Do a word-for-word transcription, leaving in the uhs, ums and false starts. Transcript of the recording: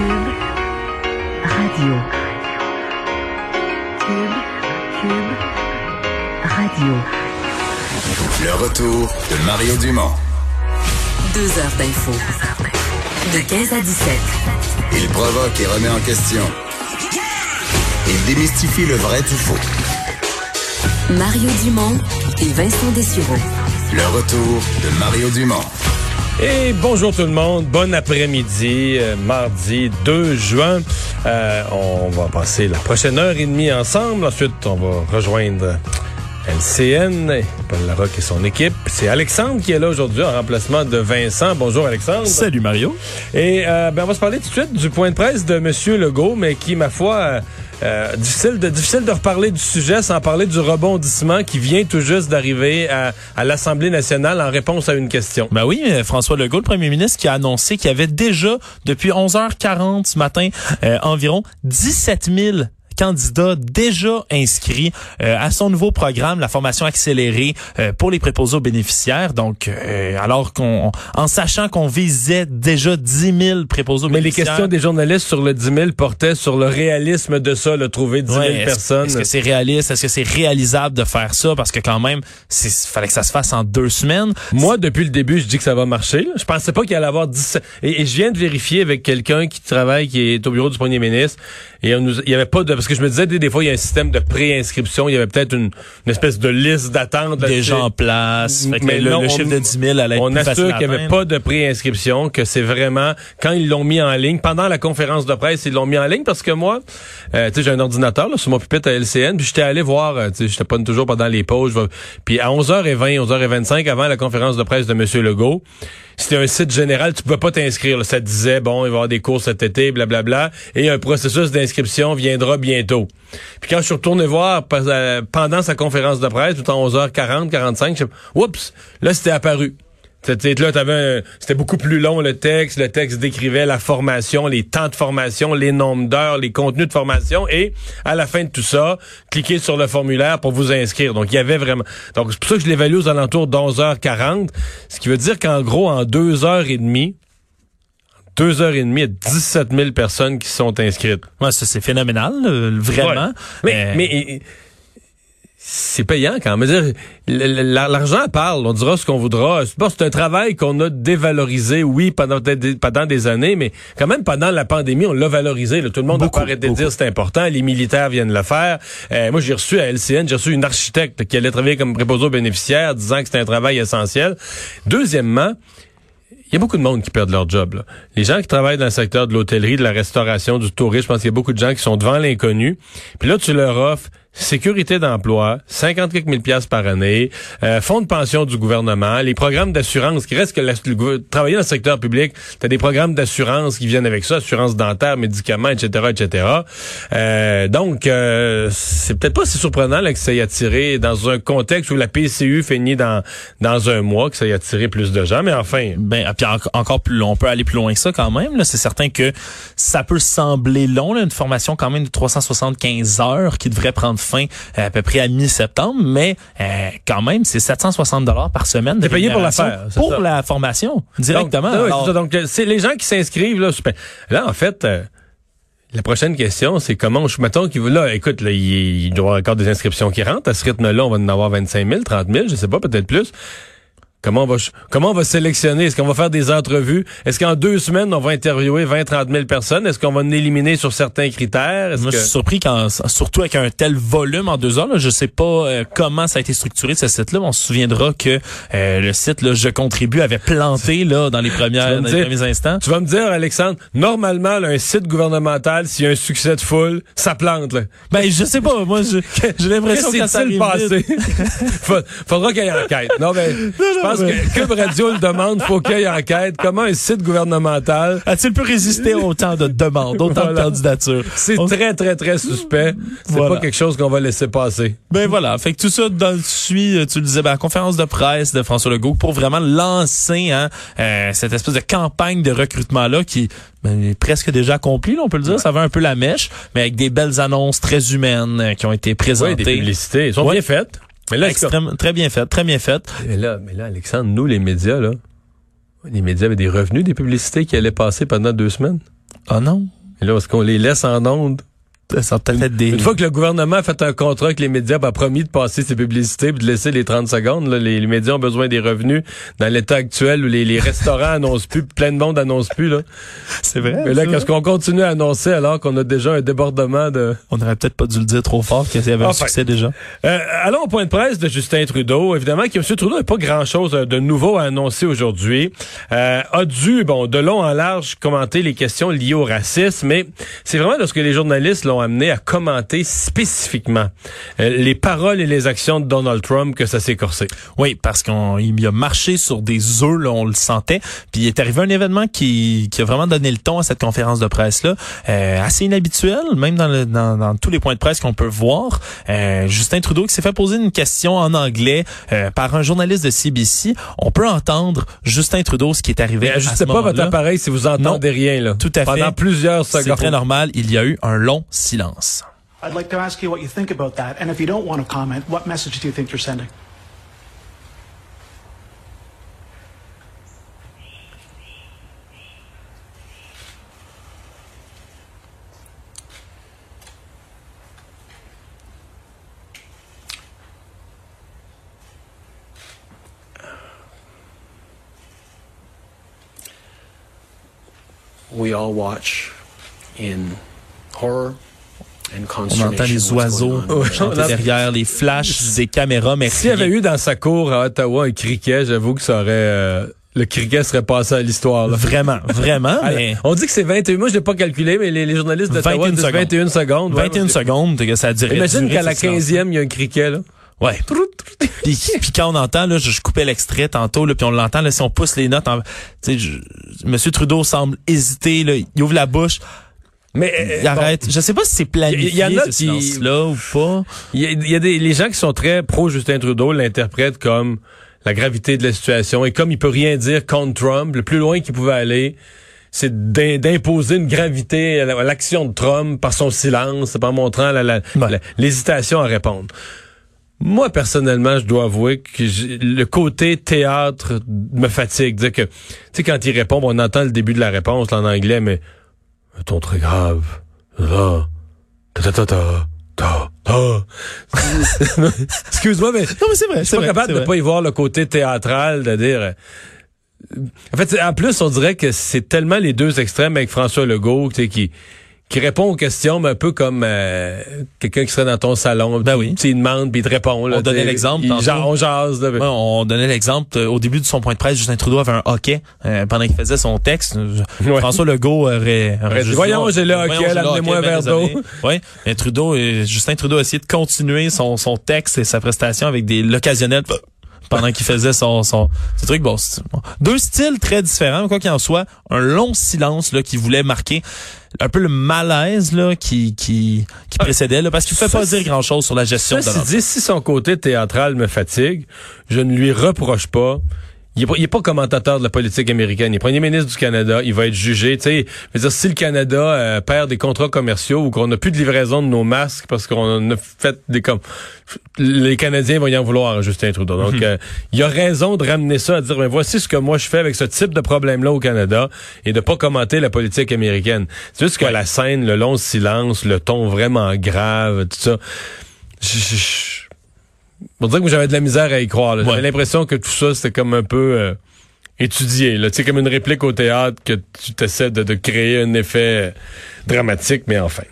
Cube Radio. Cube, Cube Radio. Le retour de Mario Dumont. Deux heures d'info. De quinze à dix-sept. Il provoque et remet en question. Il démystifie le vrai du faux. Mario Dumont et Vincent Dessureau. Le retour de Mario Dumont. Et bonjour tout le monde, bon après-midi, euh, mardi deux juin. Euh, on va passer la prochaine heure et demie ensemble. Ensuite, on va rejoindre L C N, Paul Larocque et son équipe. C'est Alexandre qui est là aujourd'hui en remplacement de Vincent. Bonjour Alexandre. Salut Mario. Et euh, ben, on va se parler tout de suite du point de presse de M. Legault, mais qui, ma foi... Euh, Euh, difficile de difficile de reparler du sujet sans parler du rebondissement qui vient tout juste d'arriver à, à l'Assemblée nationale en réponse à une question. Ben oui, François Legault, le premier ministre, qui a annoncé qu'il y avait déjà, depuis onze heures quarante ce matin, euh, environ dix-sept mille candidats déjà inscrits euh, à son nouveau programme, la formation accélérée euh, pour les préposés aux bénéficiaires. Donc, euh, alors qu'on, en sachant qu'on visait déjà dix mille préposés aux Mais bénéficiaires. Mais les questions des journalistes sur le dix mille portaient sur le réalisme de ça, le trouver dix mille ouais, est-ce, personnes. Est-ce que c'est réaliste? Est-ce que c'est réalisable de faire ça? Parce que quand même, il fallait que ça se fasse en deux semaines. Moi, depuis le début, je dis que ça va marcher. Là. Je pensais pas qu'il allait avoir dix-sept... Et, et je viens de vérifier avec quelqu'un qui travaille, qui est au bureau du premier ministre. Et on nous, il y avait pas de, parce que je me disais, des, des fois, il y a un système de préinscription, il y avait peut-être une, une espèce de liste d'attente. Déjà en place. Fait que mais le, non, le on, chiffre de dix mille allait être on plus facile assure qu'il n'y avait pas de préinscription, que c'est vraiment, quand ils l'ont mis en ligne, pendant la conférence de presse, ils l'ont mis en ligne parce que moi, euh, tu sais, j'ai un ordinateur, là, sur mon pupitre à L C N, puis j'étais allé voir, euh, tu sais, j'étais pas toujours pendant les pauses, vais, puis à onze heures vingt, onze heures vingt-cinq, avant la conférence de presse de M. Legault, c'était un site général, tu pouvais pas t'inscrire. Là. Ça disait, bon, il va y avoir des cours cet été, blablabla, et un processus d'inscription viendra bientôt. Puis quand je suis retourné voir pendant sa conférence de presse, tout en onze heures quarante, quarante-cinq, je... oups, là, c'était apparu. C'était, là, t'avais un, c'était beaucoup plus long le texte. Le texte décrivait la formation, les temps de formation, les nombres d'heures, les contenus de formation. Et à la fin de tout ça, cliquez sur le formulaire pour vous inscrire. Donc, il y avait vraiment... Donc, c'est pour ça que je l'évalue aux alentours d'onze heures quarante. Ce qui veut dire qu'en gros, en deux heures et demie, deux heures et demie, il y a dix-sept mille personnes qui sont inscrites. Ouais, ça, c'est phénoménal, euh, vraiment. Ouais. Mais... Euh... mais c'est payant quand même. L'argent parle, on dira ce qu'on voudra. C'est un travail qu'on a dévalorisé, oui, pendant, pendant des années, mais quand même pendant la pandémie, on l'a valorisé. Là. Tout le monde beaucoup, a pas arrêté de beaucoup. dire c'est important. Les militaires viennent le faire. Euh, moi, j'ai reçu à L C N, j'ai reçu une architecte qui allait travailler comme préposé aux bénéficiaires, disant que c'était un travail essentiel. Deuxièmement, il y a beaucoup de monde qui perdent leur job. Là. Les gens qui travaillent dans le secteur de l'hôtellerie, de la restauration, du tourisme, je pense qu'il y a beaucoup de gens qui sont devant l'inconnu. Puis là, tu leur offres sécurité d'emploi, cinquante quelques mille piastres par année, euh, fonds de pension du gouvernement, les programmes d'assurance, qui reste que la, le, travailler dans le secteur public, t'as des programmes d'assurance qui viennent avec ça, assurance dentaire, médicaments, et cetera, et cetera. Euh, donc, euh, c'est peut-être pas si surprenant là, que ça ait attiré dans un contexte où la P C U finit dans dans un mois, que ça ait attiré plus de gens, mais enfin... Ben, puis en, encore plus long, on peut aller plus loin que ça quand même. Là. C'est certain que ça peut sembler long, là, une formation quand même de trois cent soixante-quinze heures qui devrait prendre fin euh, à peu près à mi-septembre, mais euh, quand même, c'est sept cent soixante dollars par semaine de T'es payé pour la faire. Pour ça. la formation, directement. Donc, Alors, c'est, ça, donc c'est les gens qui s'inscrivent, là, super. Là, en fait, euh, la prochaine question, c'est comment je mettons qu'il là, écoute, là, il, il doit y avoir encore des inscriptions qui rentrent. À ce rythme-là, on va en avoir vingt-cinq mille, trente mille, je sais pas, peut-être plus. Comment on va comment on va sélectionner? Est-ce qu'on va faire des entrevues? Est-ce qu'en deux semaines, on va interviewer vingt à trente mille personnes? Est-ce qu'on va en éliminer sur certains critères? Est-ce Moi, que... je suis surpris quand, surtout avec un tel volume en deux heures, là, je sais pas euh, comment ça a été structuré ce site-là, mais on se souviendra que euh, le site là, Je contribue avait planté là dans les premières dans dire, les premiers instants. Tu vas me dire, Alexandre, normalement, là, un site gouvernemental, s'il y a un succès de foule, ça plante. Là. Ben je sais pas, moi je, j'ai l'impression que ça arrive passé. Faudra qu'il y ait enquête. Non, mais non, je pense mais... que Cube Radio le demande, faut qu'il y ait enquête. Comment un site gouvernemental a-t-il pu résister autant de demandes, autant voilà. de candidatures? C'est On... très, très, très suspect. C'est voilà. pas quelque chose qu'on va laisser passer. Ben voilà. Fait que tout ça dans le suit, tu le disais, ben, la conférence de presse de François Legault pour vraiment lancer hein, euh, cette espèce de campagne de recrutement-là qui ben, est presque déjà accomplie, là, on peut le dire. Ouais. Ça va un peu la mèche, mais avec des belles annonces très humaines euh, qui ont été présentées. Oui, des publicités. Elles sont ouais. bien faites. Mais là, Extrême, très bien fait, très bien fait. Mais là, mais là, Alexandre, nous, les médias, là, les médias avaient des revenus des publicités qui allaient passer pendant deux semaines. Ah non? Et là, est-ce qu'on les laisse en ondes? Ça t'a fait des... Une fois que le gouvernement a fait un contrat avec les médias, ben, a promis de passer ses publicités et de laisser les trente secondes, là, les, les médias ont besoin des revenus dans l'état actuel où les, les restaurants annoncent plus, plein de monde annonce plus. Là. C'est vrai. Mais là, ça? qu'est-ce qu'on continue à annoncer alors qu'on a déjà un débordement de... On n'aurait peut-être pas dû le dire trop fort qu'il y avait Enfin. un succès déjà. Euh, allons au point de presse de Justin Trudeau. Évidemment que M. Trudeau n'a pas grand-chose de nouveau à annoncer aujourd'hui. Euh, a dû, bon, de long en large, commenter les questions liées au racisme, mais c'est vraiment lorsque les journalistes l'ont amené à commenter spécifiquement euh, les paroles et les actions de Donald Trump que ça s'est corsé. Oui, parce qu'il a marché sur des œufs, là, on le sentait. Puis il est arrivé un événement qui, qui a vraiment donné le ton à cette conférence de presse-là, euh, assez inhabituel, même dans, le, dans, dans tous les points de presse qu'on peut voir. Euh, Justin Trudeau qui s'est fait poser une question en anglais euh, par un journaliste de C B C. On peut entendre Justin Trudeau, ce qui est arrivé Mais à ce ajustez pas moment-là. votre appareil si vous entendez Non, rien. Là. Tout à Pendant fait. plusieurs C'est secondes. très normal. Il y a eu un long silence. I'd like to ask you what you think about that, and if you don't want to comment, what message do you think you're sending? We all watch in horror. On entend les oiseaux chanter derrière, les flashs des caméras, mais s'il y avait eu dans sa cour à Ottawa un criquet, j'avoue que ça aurait... Euh, le criquet serait passé à l'histoire. Là. Vraiment, vraiment. Mais... On dit que c'est vingt et un, moi je l'ai pas calculé, mais les, les journalistes d'Ottawa disent vingt et une secondes. vingt et une secondes, que ça a duré. Imagine qu'à la quinzième, il y a un criquet, là. Ouais. puis, puis quand on entend, là, je, je coupais l'extrait tantôt, là, puis on l'entend, là, si on pousse les notes, en, tu sais, Monsieur Trudeau semble hésiter, là, il ouvre la bouche. Mais il arrête. Bon, je sais pas si c'est planifié, il y, y en a ce qui là ou pas. Il y a, il y a des les gens qui sont très pro Justin Trudeau l'interprètent comme la gravité de la situation et comme il peut rien dire contre Trump, le plus loin qu'il pouvait aller, c'est d'imposer une gravité à l'action de Trump par son silence, par montrant la, la, ouais. la, l'hésitation à répondre. Moi, personnellement, je dois avouer que le côté théâtre me fatigue. Dire que, tu sais, quand il répond, on entend le début de la réponse là, en anglais, mais un ton très grave. Là, ta ta ta ta ta ta. Excuse-moi, mais non, mais c'est vrai. Je suis pas vrai, capable de vrai. pas y voir le côté théâtral, de dire. En fait, en plus, on dirait que c'est tellement les deux extrêmes avec François Legault, tu sais, qui qui répond aux questions, mais un peu comme euh, quelqu'un qui serait dans ton salon. Ben oui. Il demande, puis il te répond. Là, on donnait l'exemple. Il, genre, on jase. Là, ouais, on donnait l'exemple. Euh, au début de son point de presse, Justin Trudeau avait un hockey euh, pendant qu'il faisait son texte. Ouais. François Legault aurait... aurait juste voyons, dit, j'ai le hockey, amenez-moi un verre d'eau. Oui, mais Trudeau, euh, Justin Trudeau a essayé de continuer son, son texte et sa prestation avec des l'occasionnel pendant qu'il faisait son, son, ce truc. Bon, bon, deux styles très différents, quoi qu'il en soit. Un long silence là qui voulait marquer un peu le malaise là qui qui qui précédait là parce qu'il ne fait pas dire grand-chose sur la gestion de l'ordre. Dit, si son côté théâtral me fatigue, je ne lui reproche pas. Il est pas, il est pas commentateur de la politique américaine. Il est premier ministre du Canada. Il va être jugé. Tu sais, je veux dire, si le Canada euh, perd des contrats commerciaux ou qu'on n'a plus de livraison de nos masques parce qu'on a fait des comme les Canadiens vont y en vouloir à Justin Trudeau. Donc, mm-hmm. euh, il a raison de ramener ça à dire, mais voici ce que moi je fais avec ce type de problème-là au Canada et de pas commenter la politique américaine. C'est juste que ouais. la scène, le long silence, le ton vraiment grave, tout ça. Je, je, On dirait que j'avais de la misère à y croire. Là. Ouais. J'avais l'impression que tout ça, c'était comme un peu euh, étudié. Tu sais, comme une réplique au théâtre que tu t'essaies de, de créer un effet dramatique, mais enfin.